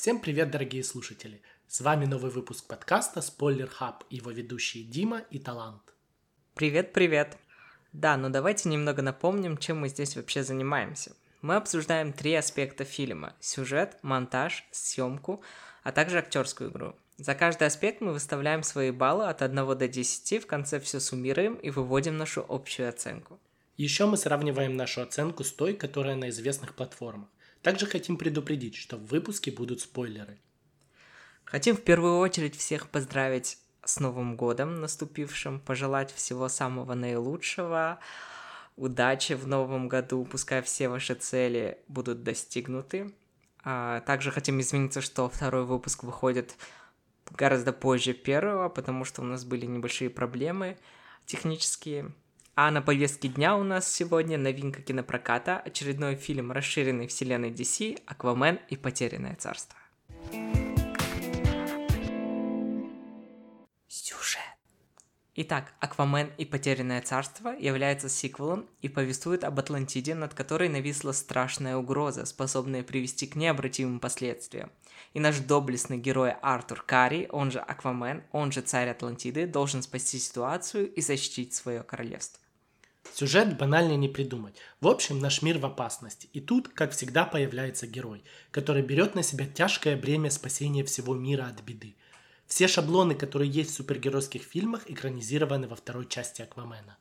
Всем привет, дорогие слушатели! С вами новый выпуск подкаста Spoiler Hub и его ведущие Дима и Талант. Привет! Да, давайте немного напомним, чем мы здесь вообще занимаемся. Мы обсуждаем 3 аспекта фильма: сюжет, монтаж, съемку, а также актерскую игру. За каждый аспект мы выставляем свои баллы от 1 до 10, в конце все суммируем и выводим нашу общую оценку. Еще мы сравниваем нашу оценку с той, которая на известных платформах. Также хотим предупредить, что в выпуске будут спойлеры. Хотим в первую очередь всех поздравить с Новым годом наступившим, пожелать всего самого наилучшего, удачи в новом году, пускай все ваши цели будут достигнуты. Также хотим извиниться, что второй выпуск выходит гораздо позже первого, потому что у нас были небольшие проблемы технические. А на повестке дня у нас сегодня новинка кинопроката, очередной фильм расширенной вселенной DC «Аквамен и Потерянное царство». Сюжет. Итак, «Аквамен и Потерянное царство» является сиквелом и повествует об Атлантиде, над которой нависла страшная угроза, способная привести к необратимым последствиям. И наш доблестный герой Артур Карри, он же Аквамен, он же царь Атлантиды, должен спасти ситуацию и защитить свое королевство. Сюжет банально не придумать. В общем, наш мир в опасности. И тут, как всегда, появляется герой, который берет на себя тяжкое бремя спасения всего мира от беды. Все шаблоны, которые есть в супергеройских фильмах, экранизированы во второй части Аквамена.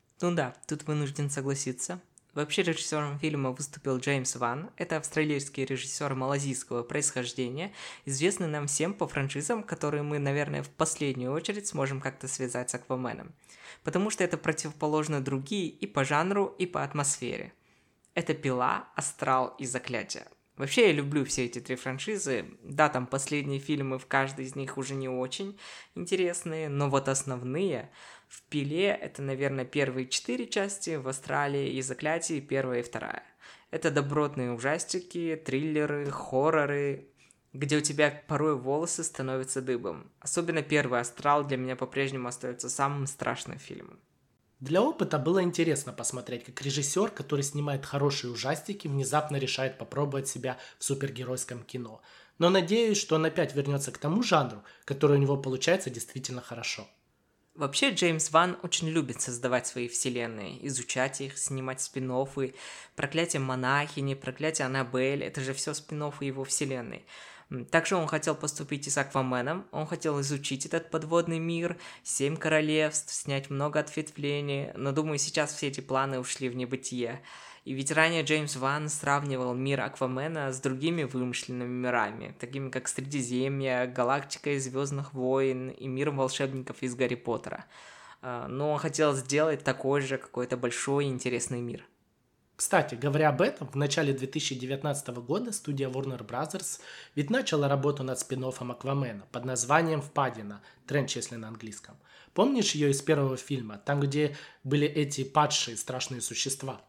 Тут вынужден согласиться. Вообще режиссером фильма выступил Джеймс Ван. Это австралийский режиссер малазийского происхождения, известный нам всем по франшизам, которые мы, наверное, в последнюю очередь сможем как-то связать с Акваменом. Потому что это противоположно другие и по жанру, и по атмосфере. Это «Пила», «Астрал» и «Заклятие». Вообще я люблю все эти 3 франшизы. Да, там последние фильмы в каждой из них уже не очень интересные, но вот основные в «Пиле» это, наверное, первые 4 части, в «Астрале» и «Заклятии» 1 и 2. Это добротные ужастики, триллеры, хорроры, где у тебя порой волосы становятся дыбом. Особенно первый «Астрал» для меня по-прежнему остается самым страшным фильмом. Для опыта было интересно посмотреть, как режиссер, который снимает хорошие ужастики, внезапно решает попробовать себя в супергеройском кино. Но надеюсь, что он опять вернется к тому жанру, который у него получается действительно хорошо. Вообще, Джеймс Ван очень любит создавать свои вселенные, изучать их, снимать спин-оффы. «Проклятие монахини», «Проклятие Аннабель» — это же все спин-оффы его вселенной. Также он хотел поступить и с Акваменом, он хотел изучить этот подводный мир, 7 королевств, снять много ответвлений, но, думаю, сейчас все эти планы ушли в небытие. И ведь ранее Джеймс Ван сравнивал мир Аквамена с другими вымышленными мирами, такими как Средиземье, Галактика из Звездных войн и миром волшебников из Гарри Поттера. Но он хотел сделать такой же какой-то большой и интересный мир. Кстати, говоря об этом, в начале 2019 года студия Warner Bros. Ведь начала работу над спин-оффом Аквамена под названием «Впадина», «Тренч», если на английском. Помнишь ее из первого фильма, там, где были эти падшие страшные существа?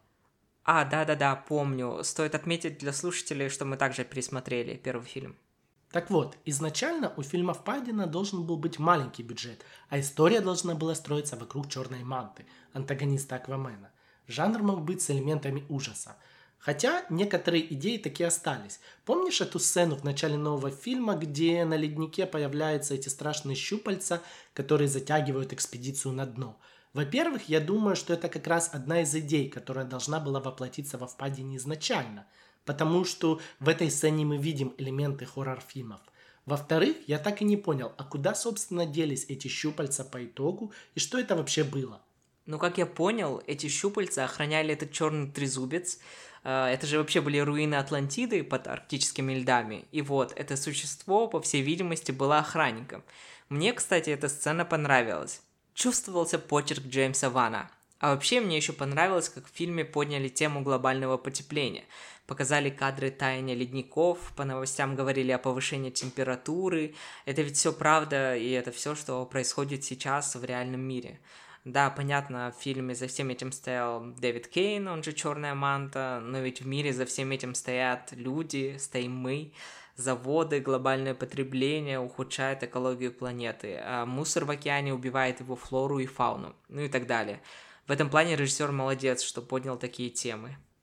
Да, помню. Стоит отметить для слушателей, что мы также пересмотрели первый фильм. Так вот, изначально у фильма «Впадина» должен был быть маленький бюджет, а история должна была строиться вокруг Черной Манты, антагониста Аквамена. Жанр мог быть с элементами ужаса. Хотя некоторые идеи таки остались. Помнишь эту сцену в начале нового фильма, где на леднике появляются эти страшные щупальца, которые затягивают экспедицию на дно? Во-первых, я думаю, что это как раз одна из идей, которая должна была воплотиться во «Впадине» изначально, потому что в этой сцене мы видим элементы хоррор-фильмов. Во-вторых, я так и не понял, а куда, собственно, делись эти щупальца по итогу и что это вообще было? Как я понял, эти щупальца охраняли этот черный трезубец. Это же вообще были руины Атлантиды под арктическими льдами. И вот, это существо, по всей видимости, было охранником. Мне, кстати, эта сцена понравилась. Чувствовался почерк Джеймса Вана. А вообще, мне еще понравилось, как в фильме подняли тему глобального потепления. Показали кадры таяния ледников, по новостям говорили о повышении температуры. Это ведь все правда, и это все, что происходит сейчас в реальном мире. Да, понятно, в фильме за всем этим стоял Дэвид Кейн, он же «Черная манта», но ведь в мире за всем этим стоят люди, стоим мы, заводы, глобальное потребление ухудшает экологию планеты, а мусор в океане убивает его флору и фауну, и так далее. В этом плане режиссер молодец, что поднял такие темы.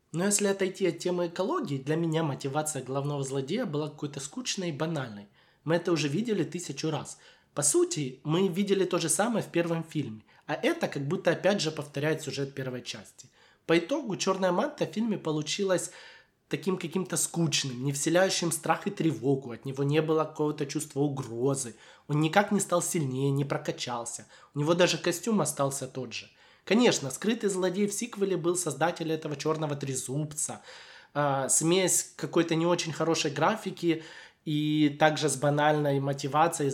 Но если отойти от темы экологии, для меня мотивация главного злодея была какой-то скучной и банальной. Мы это уже видели 1000 раз. По сути, мы видели то же самое в первом фильме, а это как будто опять же повторяет сюжет первой части. По итогу «Черная манта» в фильме получилась таким каким-то скучным, не вселяющим страх и тревогу, от него не было какого-то чувства угрозы, он никак не стал сильнее, не прокачался, у него даже костюм остался тот же. Конечно, скрытый злодей в сиквеле был создатель этого черного трезубца, смесь какой-то не очень хорошей графики и также с банальной мотивацией,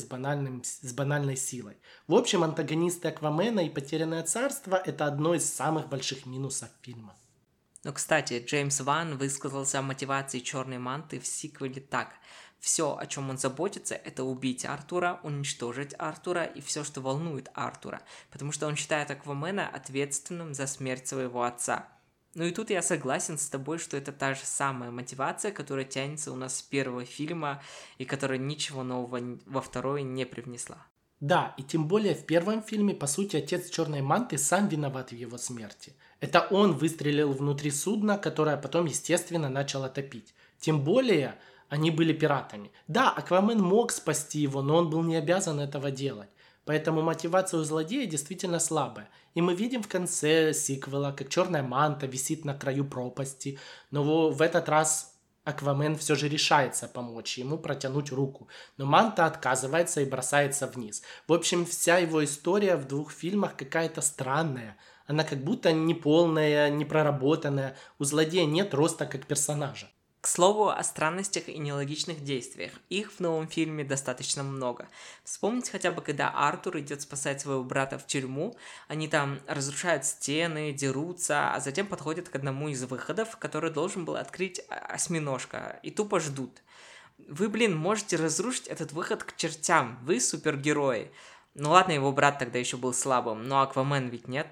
с банальной силой. В общем, антагонисты Аквамена и Потерянное царство – это одно из самых больших минусов фильма. Но, кстати, Джеймс Ван высказался о мотивации Черной манты в сиквеле так. Все, о чем он заботится, это убить Артура, уничтожить Артура и все, что волнует Артура, потому что он считает Аквамена ответственным за смерть своего отца. Ну и тут я согласен с тобой, что это та же самая мотивация, которая тянется у нас с первого фильма и которая ничего нового во второй не привнесла. Да, и тем более в первом фильме, по сути, отец Черной манты сам виноват в его смерти. Это он выстрелил внутри судна, которое потом, естественно, начало топить. Тем более, они были пиратами. Да, Аквамен мог спасти его, но он был не обязан этого делать. Поэтому мотивация у злодея действительно слабая. И мы видим в конце сиквела, как Черная манта висит на краю пропасти, но в этот раз Аквамен все же решается помочь ему протянуть руку, но манта отказывается и бросается вниз. В общем, вся его история в 2 фильмах какая-то странная. Она как будто неполная, непроработанная. У злодея нет роста как персонажа. К слову о странностях и нелогичных действиях. Их в новом фильме достаточно много. Вспомните хотя бы, когда Артур идет спасать своего брата в тюрьму, они там разрушают стены, дерутся, а затем подходят к одному из выходов, который должен был открыть осьминожка, и тупо ждут. Вы, можете разрушить этот выход к чертям, вы супергерои. Ну ладно, его брат тогда еще был слабым, но Аквамен ведь нет.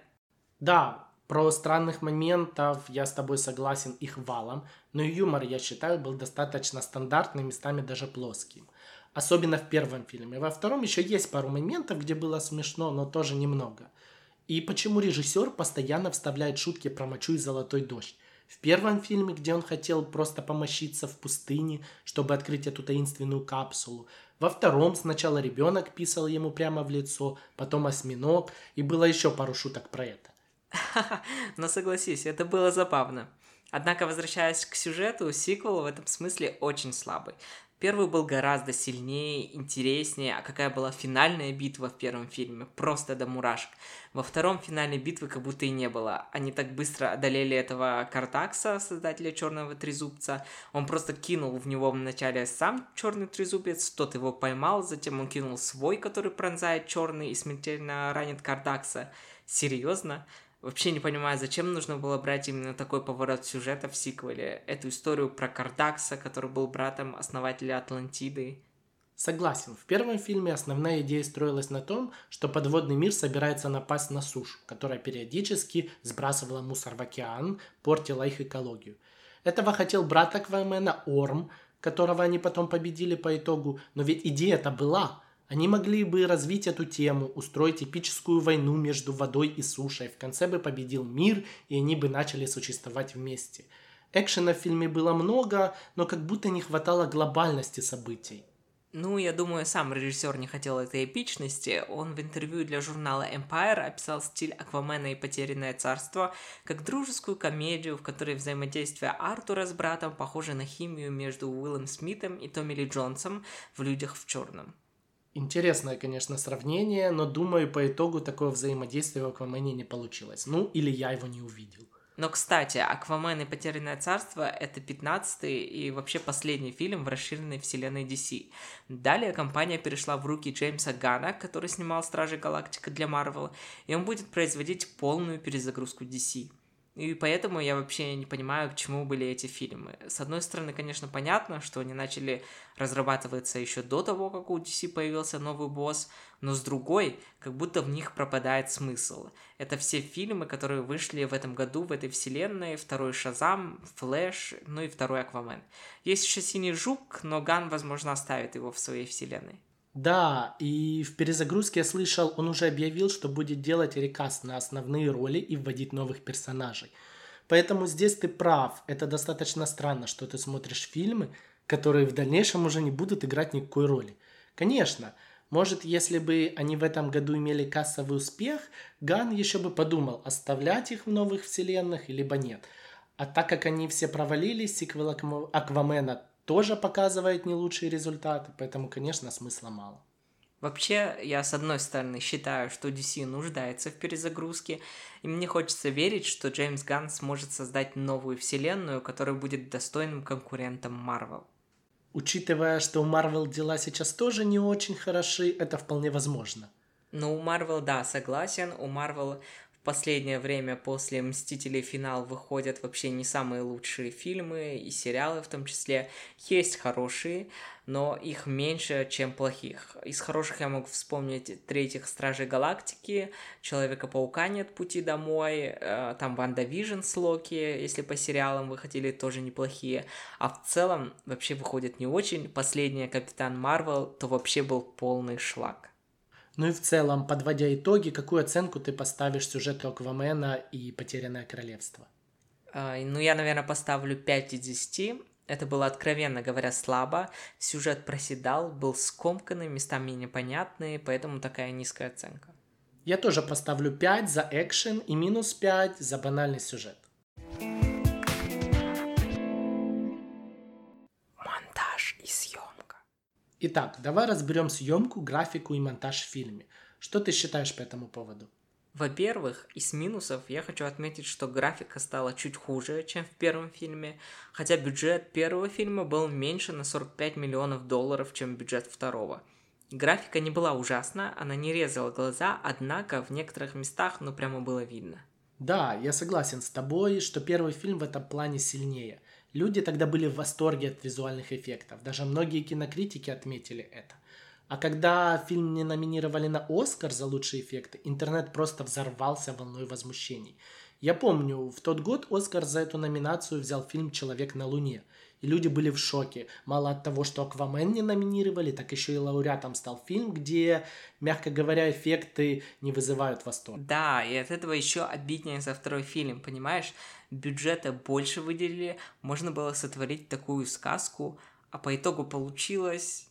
Да, про странных моментов я с тобой согласен, их валом, но и юмор, я считаю, был достаточно стандартным, местами даже плоским. Особенно в первом фильме. Во втором еще есть пару моментов, где было смешно, но тоже немного. И почему режиссер постоянно вставляет шутки про мочу и золотой дождь? В первом фильме, где он хотел просто помощиться в пустыне, чтобы открыть эту таинственную капсулу. Во втором сначала ребенок писал ему прямо в лицо, потом осьминог, и было еще пару шуток про это. Но согласись, это было забавно. Однако, возвращаясь к сюжету, сиквел в этом смысле очень слабый. Первый был гораздо сильнее, интереснее, а какая была финальная битва в первом фильме, просто до мурашек. Во втором финальной битвы как будто и не было. Они так быстро одолели этого Кардакса, создателя Черного Трезубца. Он просто кинул в него вначале сам Черный Трезубец, тот его поймал, затем он кинул свой, который пронзает черный и смертельно ранит Кардакса. Серьезно? Вообще не понимаю, зачем нужно было брать именно такой поворот сюжета в сиквеле. Эту историю про Кардакса, который был братом основателя Атлантиды. Согласен, в первом фильме основная идея строилась на том, что подводный мир собирается напасть на сушу, которая периодически сбрасывала мусор в океан, портила их экологию. Этого хотел брат Аквамена Орм, которого они потом победили по итогу, но ведь идея-то была. Они могли бы развить эту тему, устроить эпическую войну между водой и сушей. В конце бы победил мир, и они бы начали существовать вместе. Экшена в фильме было много, но как будто не хватало глобальности событий. Ну, я думаю, сам режиссер не хотел этой эпичности. Он в интервью для журнала Empire описал стиль Аквамена и Потерянное царство как дружескую комедию, в которой взаимодействие Артура с братом похоже на химию между Уиллом Смитом и Томми Ли Джонсом в «Людях в черном». Интересное, конечно, сравнение, но думаю, по итогу такое взаимодействие в Аквамене не получилось. Ну, или я его не увидел. Но, кстати, «Аквамен и Потерянное царство» — это 15-й и вообще последний фильм в расширенной вселенной DC. Далее компания перешла в руки Джеймса Ганна, который снимал «Стражи Галактики» для Marvel, и он будет производить полную перезагрузку DC. И поэтому я вообще не понимаю, к чему были эти фильмы. С одной стороны, конечно, понятно, что они начали разрабатываться еще до того, как у DC появился новый босс, но с другой, как будто в них пропадает смысл. Это все фильмы, которые вышли в этом году в этой вселенной, второй Шазам, Флэш, ну и второй Аквамен. Есть еще Синий Жук, но Ганн, возможно, оставит его в своей вселенной. Да, и в перезагрузке я слышал, он уже объявил, что будет делать рекаст на основные роли и вводить новых персонажей. Поэтому здесь ты прав. Это достаточно странно, что ты смотришь фильмы, которые в дальнейшем уже не будут играть никакой роли. Конечно, может, если бы они в этом году имели кассовый успех, Ганн еще бы подумал, оставлять их в новых вселенных, либо нет. А так как они все провалились, сиквел Аквамена тоже показывает не лучшие результаты, поэтому, конечно, смысла мало. Вообще, я с одной стороны считаю, что DC нуждается в перезагрузке, и мне хочется верить, что Джеймс Ганн сможет создать новую вселенную, которая будет достойным конкурентом Марвел. Учитывая, что у Marvel дела сейчас тоже не очень хороши, это вполне возможно. Ну, у Марвел, да, согласен, у Марвел в последнее время после «Мстителей. Финал» выходят вообще не самые лучшие фильмы и сериалы в том числе. Есть хорошие, но их меньше, чем плохих. Из хороших я могу вспомнить «Третьих Стражей Галактики», «Человека-паука. Нет пути домой», там «Ванда Вижн» с Локи, если по сериалам выходили, тоже неплохие. А в целом вообще выходит не очень. Последняя «Капитан Марвел» то вообще был полный шлак. Ну и в целом, подводя итоги, какую оценку ты поставишь сюжету Аквамена и «Потерянное королевство»? Ну, я, наверное, поставлю 5 из 10. Это было, откровенно говоря, слабо. Сюжет проседал, был скомканный, местами непонятный, поэтому такая низкая оценка. Я тоже поставлю 5 за экшен и минус 5 за банальный сюжет. Монтаж и съемка. Итак, давай разберем съемку, графику и монтаж в фильме. Что ты считаешь по этому поводу? Во-первых, из минусов я хочу отметить, что графика стала чуть хуже, чем в первом фильме, хотя бюджет первого фильма был меньше на $45 миллионов, чем бюджет второго. Графика не была ужасна, она не резала глаза, однако в некоторых местах прямо было видно. Да, я согласен с тобой, что первый фильм в этом плане сильнее. Люди тогда были в восторге от визуальных эффектов, даже многие кинокритики отметили это. А когда фильм не номинировали на Оскар за лучшие эффекты, интернет просто взорвался волной возмущений. Я помню, в тот год Оскар за эту номинацию взял фильм «Человек на Луне». И люди были в шоке. Мало от того, что «Аквамен» не номинировали, так еще и лауреатом стал фильм, где, мягко говоря, эффекты не вызывают восторга. Да, и от этого еще обиднее за второй фильм, понимаешь? Бюджета больше выделили, можно было сотворить такую сказку, а по итогу получилось...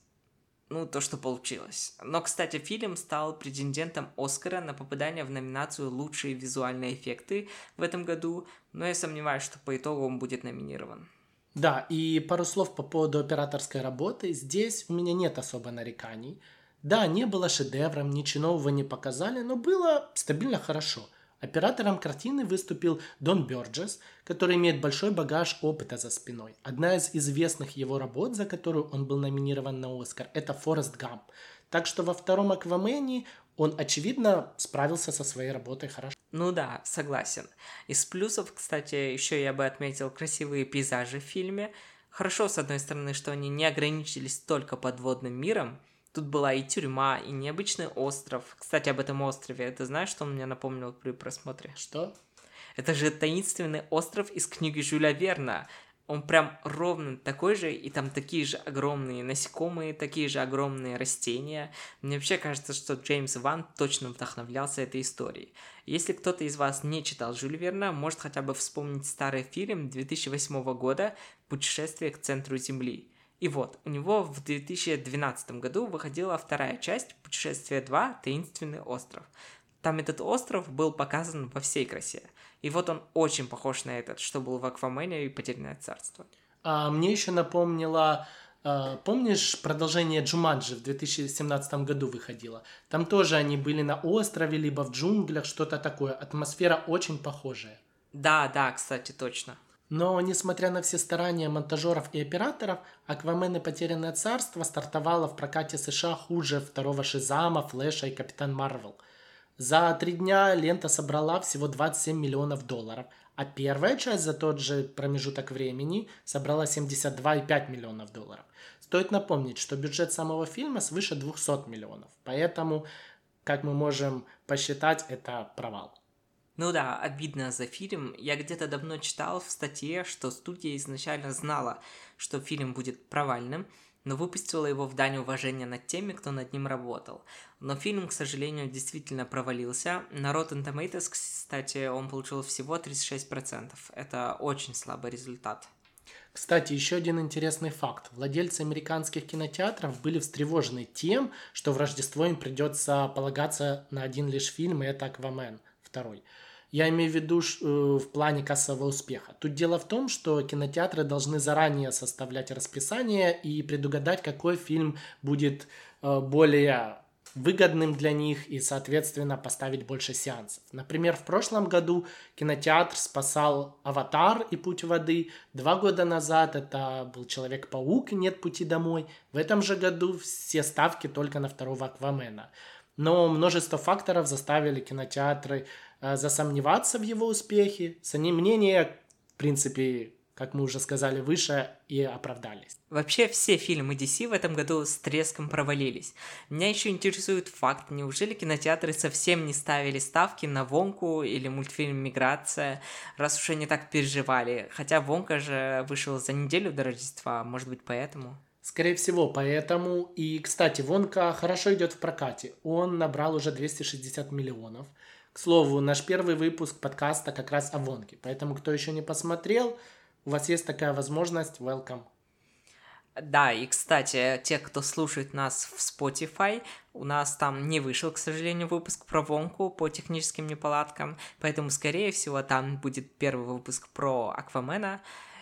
то, что получилось. Но, кстати, фильм стал претендентом Оскара на попадание в номинацию «Лучшие визуальные эффекты» в этом году, но я сомневаюсь, что по итогу он будет номинирован. Да, и пару слов по поводу операторской работы. Здесь у меня нет особо нареканий. Да, не было шедевром, ничего нового не показали, но было стабильно хорошо. Оператором картины выступил Дон Бёрджес, который имеет большой багаж опыта за спиной. Одна из известных его работ, за которую он был номинирован на Оскар, это «Форест Гамп». Так что во втором «Аквамене» он, очевидно, справился со своей работой хорошо. Ну да, согласен. Из плюсов, кстати, еще я бы отметил красивые пейзажи в фильме. Хорошо, с одной стороны, что они не ограничились только подводным миром. Тут была и тюрьма, и необычный остров. Кстати, об этом острове. Ты знаешь, что он мне напомнил при просмотре? Что? Это же таинственный остров из книги Жюля Верна. Он прям ровно такой же, и там такие же огромные насекомые, такие же огромные растения. Мне вообще кажется, что Джеймс Ван точно вдохновлялся этой историей. Если кто-то из вас не читал Жюля Верна, может хотя бы вспомнить старый фильм 2008 года «Путешествие к центру Земли». И вот, у него в 2012 году выходила вторая часть «Путешествие 2. Таинственный остров». Там этот остров был показан во всей красе. И вот он очень похож на этот, что был в «Аквамене» и «Потерянное царство». Мне еще напомнило, помнишь, продолжение «Джуманджи» в 2017 году выходило? Там тоже они были на острове, либо в джунглях, что-то такое. Атмосфера очень похожая. Да, кстати, точно. Но, несмотря на все старания монтажеров и операторов, «Аквамен и Потерянное царство» стартовало в прокате США хуже второго «Шазама», «Флэша» и «Капитан Марвел». За 3 дня лента собрала всего $27 миллионов, а первая часть за тот же промежуток времени собрала $72,5 миллионов. Стоит напомнить, что бюджет самого фильма свыше 200 миллионов, поэтому, как мы можем посчитать, это провал. Ну да, обидно за фильм. Я где-то давно читал в статье, что студия изначально знала, что фильм будет провальным, но выпустила его в дань уважения над теми, кто над ним работал. Но фильм, к сожалению, действительно провалился. На Rotten Tomatoes, кстати, он получил всего 36%. Это очень слабый результат. Кстати, еще один интересный факт. Владельцы американских кинотеатров были встревожены тем, что в Рождество им придется полагаться на один лишь фильм, и это «Аквамен» второй. Я имею в виду в плане кассового успеха. Тут дело в том, что кинотеатры должны заранее составлять расписание и предугадать, какой фильм будет более выгодным для них и, соответственно, поставить больше сеансов. Например, в прошлом году кинотеатр спасал «Аватар» и «Путь воды». 2 года назад это был «Человек-паук» и «Нет пути домой». В этом же году все ставки только на второго «Аквамена». Но множество факторов заставили кинотеатры засомневаться в его успехе. Мнения, в принципе, как мы уже сказали выше, и оправдались. Вообще все фильмы DC в этом году с треском провалились. Меня еще интересует факт, неужели кинотеатры совсем не ставили ставки на «Вонку» или мультфильм «Миграция», раз уж они так переживали, хотя «Вонка» же вышел за неделю до Рождества, может быть поэтому? Скорее всего, поэтому. И, кстати, «Вонка» хорошо идет в прокате. Он набрал уже 260 миллионов. К слову, наш первый выпуск подкаста как раз о «Вонке», поэтому кто еще не посмотрел, у вас есть такая возможность, welcome. Да, и, кстати, те, кто слушает нас в Spotify, у нас там не вышел, к сожалению, выпуск про «Вонку» по техническим неполадкам, поэтому, скорее всего, там будет первый выпуск про «Аквамена».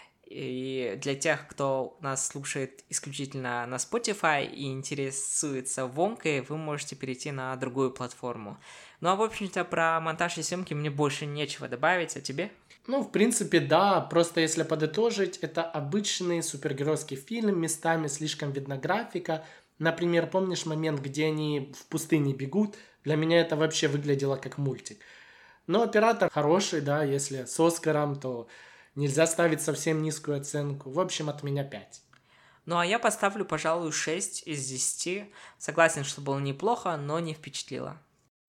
И для тех, кто нас слушает исключительно на Spotify и интересуется «Вонкой», вы можете перейти на другую платформу. Ну а, в общем-то, про монтаж и съемки мне больше нечего добавить, а тебе? Ну, в принципе, да, просто если подытожить, это обычный супергеройский фильм, местами слишком видна графика. Например, помнишь момент, где они в пустыне бегут? Для меня это вообще выглядело как мультик. Но оператор хороший, да, если с Оскаром, то нельзя ставить совсем низкую оценку. В общем, от меня 5. Ну а я поставлю, пожалуй, 6 из 10. Согласен, что было неплохо, но не впечатлило.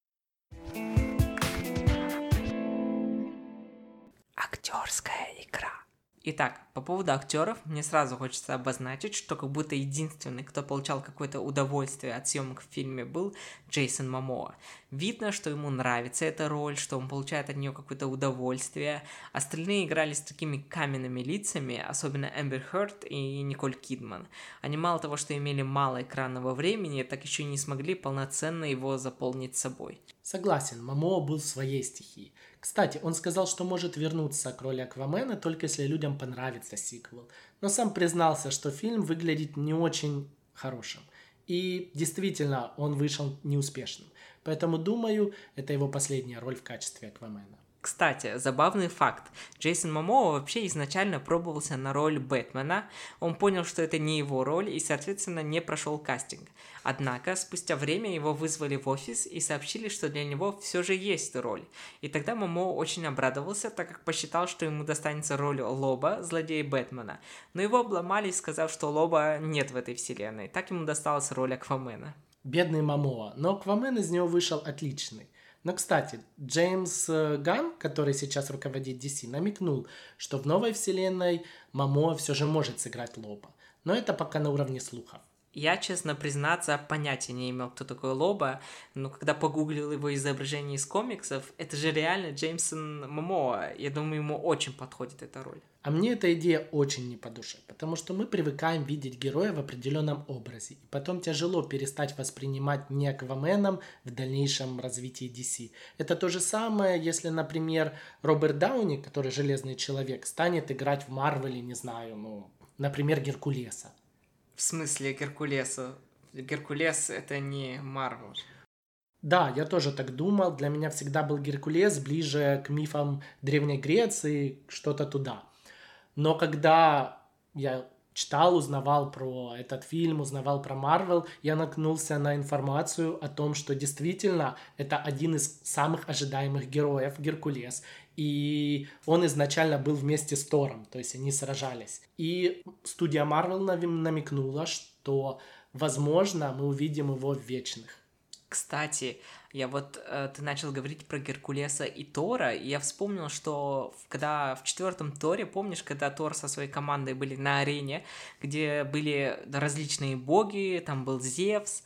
Актерская игра. Итак, по поводу актеров, мне сразу хочется обозначить, что как будто единственный, кто получал какое-то удовольствие от съемок в фильме, был Джейсон Момоа. Видно, что ему нравится эта роль, что он получает от нее какое-то удовольствие. Остальные играли с такими каменными лицами, особенно Эмбер Хёрд и Николь Кидман. Они мало того, что имели мало экранного времени, так еще и не смогли полноценно его заполнить собой. Согласен, Момоа был в своей стихии. Кстати, он сказал, что может вернуться к роли Аквамена, только если людям понравится сиквел. Но сам признался, что фильм выглядит не очень хорошим. И действительно, он вышел неуспешным. Поэтому, думаю, это его последняя роль в качестве Аквамена. Кстати, забавный факт. Джейсон Момоа вообще изначально пробовался на роль Бэтмена. Он понял, что это не его роль и, соответственно, не прошел кастинг. Однако, спустя время его вызвали в офис и сообщили, что для него все же есть роль. И тогда Момоа очень обрадовался, так как посчитал, что ему достанется роль Лоба, злодея Бэтмена. Но его обломали, сказав, что Лоба нет в этой вселенной. Так ему досталась роль Аквамена. Бедный Момоа, но Аквамен из него вышел отличный. Но, кстати, Джеймс Ганн, который сейчас руководит DC, намекнул, что в новой вселенной Момоа все же может сыграть Лоба. Но это пока на уровне слухов. Я, честно признаться, понятия не имел, кто такой Лоба, но когда погуглил его изображение из комиксов, это же реально Джеймсон Момоа. Я думаю, ему очень подходит эта роль. А мне эта идея очень не по душе, потому что мы привыкаем видеть героя в определенном образе, и потом тяжело перестать воспринимать не Акваменом в дальнейшем развитии DC. Это то же самое, если, например, Роберт Дауни, который Железный Человек, станет играть в Марвеле, не знаю, например, Геркулеса. В смысле Геркулеса? Геркулес — это не Марвел. Да, я тоже так думал. Для меня всегда был Геркулес ближе к мифам Древней Греции, что-то туда. Но когда я читал, узнавал про этот фильм, узнавал про Марвел, я наткнулся на информацию о том, что действительно это один из самых ожидаемых героев, Геркулес. И он изначально был вместе с Тором, то есть они сражались. И студия Marvel намекнула, что, возможно, мы увидим его в Вечных. Кстати, Ты начал говорить про Геркулеса и Тора, и я вспомнил, что когда в 4-м Торе, помнишь, когда Тор со своей командой были на арене, где были различные боги, там был Зевс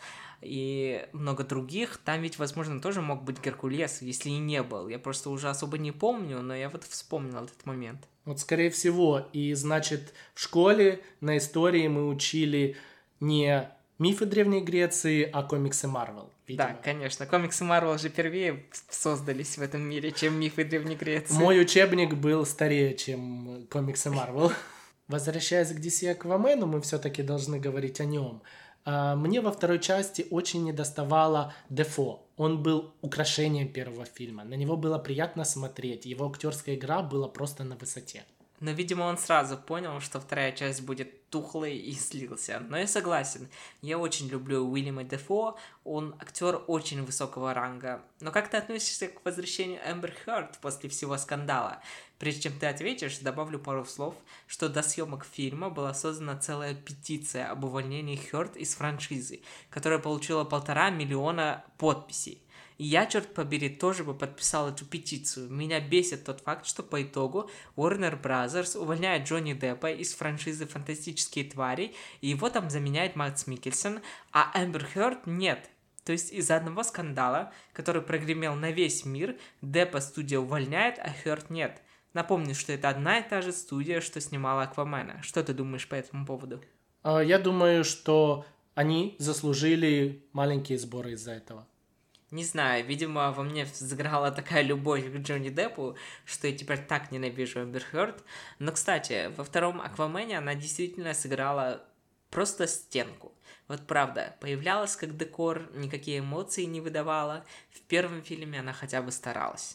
и много других, там ведь, возможно, тоже мог быть Геркулес, если и не был. Я просто уже особо не помню, но я вот вспомнил этот момент. Вот, скорее всего. И, значит, в школе на истории мы учили не мифы Древней Греции, а комиксы Марвел. Да, конечно. Комиксы Марвел же впервые создались в этом мире, чем мифы Древней Греции. Мой учебник был старее, чем комиксы Марвел. Возвращаясь к DC Аквамену, мы все-таки должны говорить о нем. Мне во второй части очень недоставало Дефо. Он был украшением первого фильма. На него было приятно смотреть. Его актерская игра была просто на высоте. Но, видимо, он сразу понял, что вторая часть будет тухлой и слился. Но я согласен. Я очень люблю Уильяма Дефо. Он актер очень высокого ранга. Но как ты относишься к возвращению Эмбер Хёрд после всего скандала? Прежде чем ты ответишь, добавлю пару слов, что до съемок фильма была создана целая петиция об увольнении Хёрд из франшизы, которая получила 1,5 миллиона подписей. И я, черт побери, тоже бы подписал эту петицию. Меня бесит тот факт, что по итогу Warner Bros. Увольняет Джонни Деппа из франшизы «Фантастические твари», и его там заменяет Мадс Миккельсен, а Эмбер Хёрд нет. То есть из-за одного скандала, который прогремел на весь мир, Деппа студия увольняет, а Хёрд нет. Напомню, что это одна и та же студия, что снимала Аквамена. Что ты думаешь по этому поводу? Я думаю, что они заслужили маленькие сборы из-за этого. Не знаю, видимо, во мне взыграла такая любовь к Джонни Деппу, что я теперь так ненавижу Эмбер Хёрд. Но, кстати, во втором Аквамене она действительно сыграла просто стенку. Вот правда, появлялась как декор, никакие эмоции не выдавала. В первом фильме она хотя бы старалась.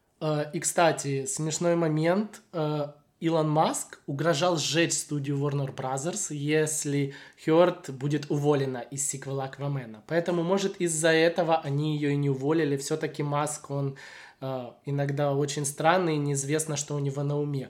И, кстати, смешной момент. Илон Маск угрожал сжечь студию Warner Bros., если Хёрд будет уволена из сиквела Аквамена. Поэтому, может, из-за этого они ее и не уволили. Все-таки Маск, он иногда очень странный, неизвестно, что у него на уме.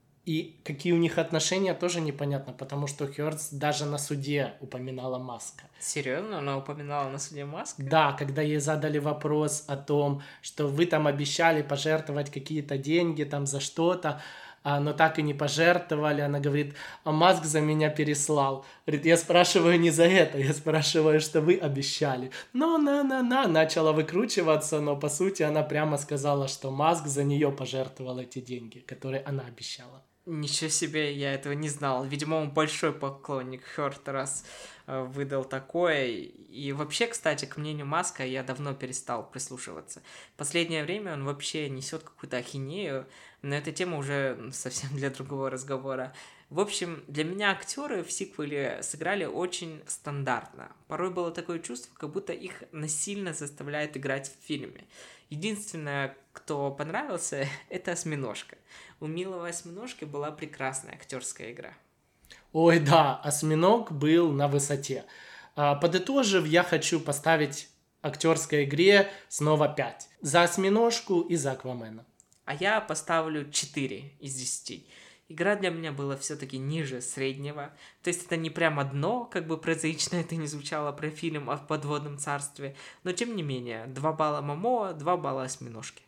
И какие у них отношения, тоже непонятно, потому что Хёрд даже на суде упоминала Маска. Серьезно? Она упоминала на суде Маска? Да, когда ей задали вопрос о том, что вы там обещали пожертвовать какие-то деньги там за что-то, но так и не пожертвовали. Она говорит, а Маск за меня переслал. Говорит, я спрашиваю не за это, я спрашиваю, что вы обещали. Но начала выкручиваться, но по сути она прямо сказала, что Маск за нее пожертвовал эти деньги, которые она обещала. Ничего себе, я этого не знал. Видимо, он большой поклонник Хёрд, раз выдал такое. И вообще, кстати, к мнению Маска я давно перестал прислушиваться. В последнее время он вообще несет какую-то ахинею, но эта тема уже совсем для другого разговора. В общем, для меня актеры в сиквеле сыграли очень стандартно. Порой было такое чувство, как будто их насильно заставляют играть в фильме. Единственное, кто понравился, это Осьминожка. У милого Осьминожки была прекрасная актерская игра. Ой, да, Осьминог был на высоте. Подытожив, я хочу поставить актерской игре снова 5. За Осьминожку и за Аквамена. А я поставлю 4 из 10. Игра для меня была все-таки ниже среднего. То есть это не прямо дно, как бы прозаично это не звучало про фильм о подводном царстве. Но тем не менее, 2 балла Момоа, 2 балла Осьминожки.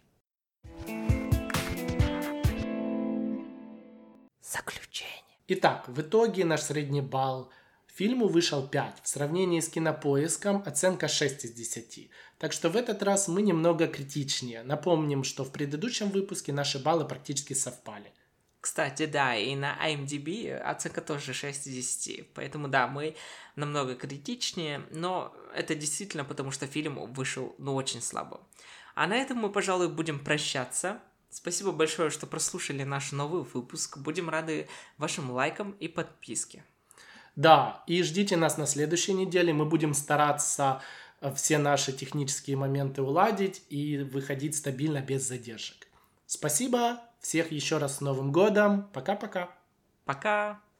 Заключение. Итак, в итоге наш средний балл фильму вышел 5. В сравнении с Кинопоиском оценка 6 из 10. Так что в этот раз мы немного критичнее. Напомним, что в предыдущем выпуске наши баллы практически совпали. Кстати, да, и на IMDb оценка тоже 6 из 10. Поэтому да, мы намного критичнее, но это действительно потому, что фильм вышел очень слабо. А на этом мы, пожалуй, будем прощаться. Спасибо большое, что прослушали наш новый выпуск. Будем рады вашим лайкам и подписке. Да, и ждите нас на следующей неделе. Мы будем стараться все наши технические моменты уладить и выходить стабильно, без задержек. Спасибо, всех еще раз с Новым годом. Пока-пока. Пока.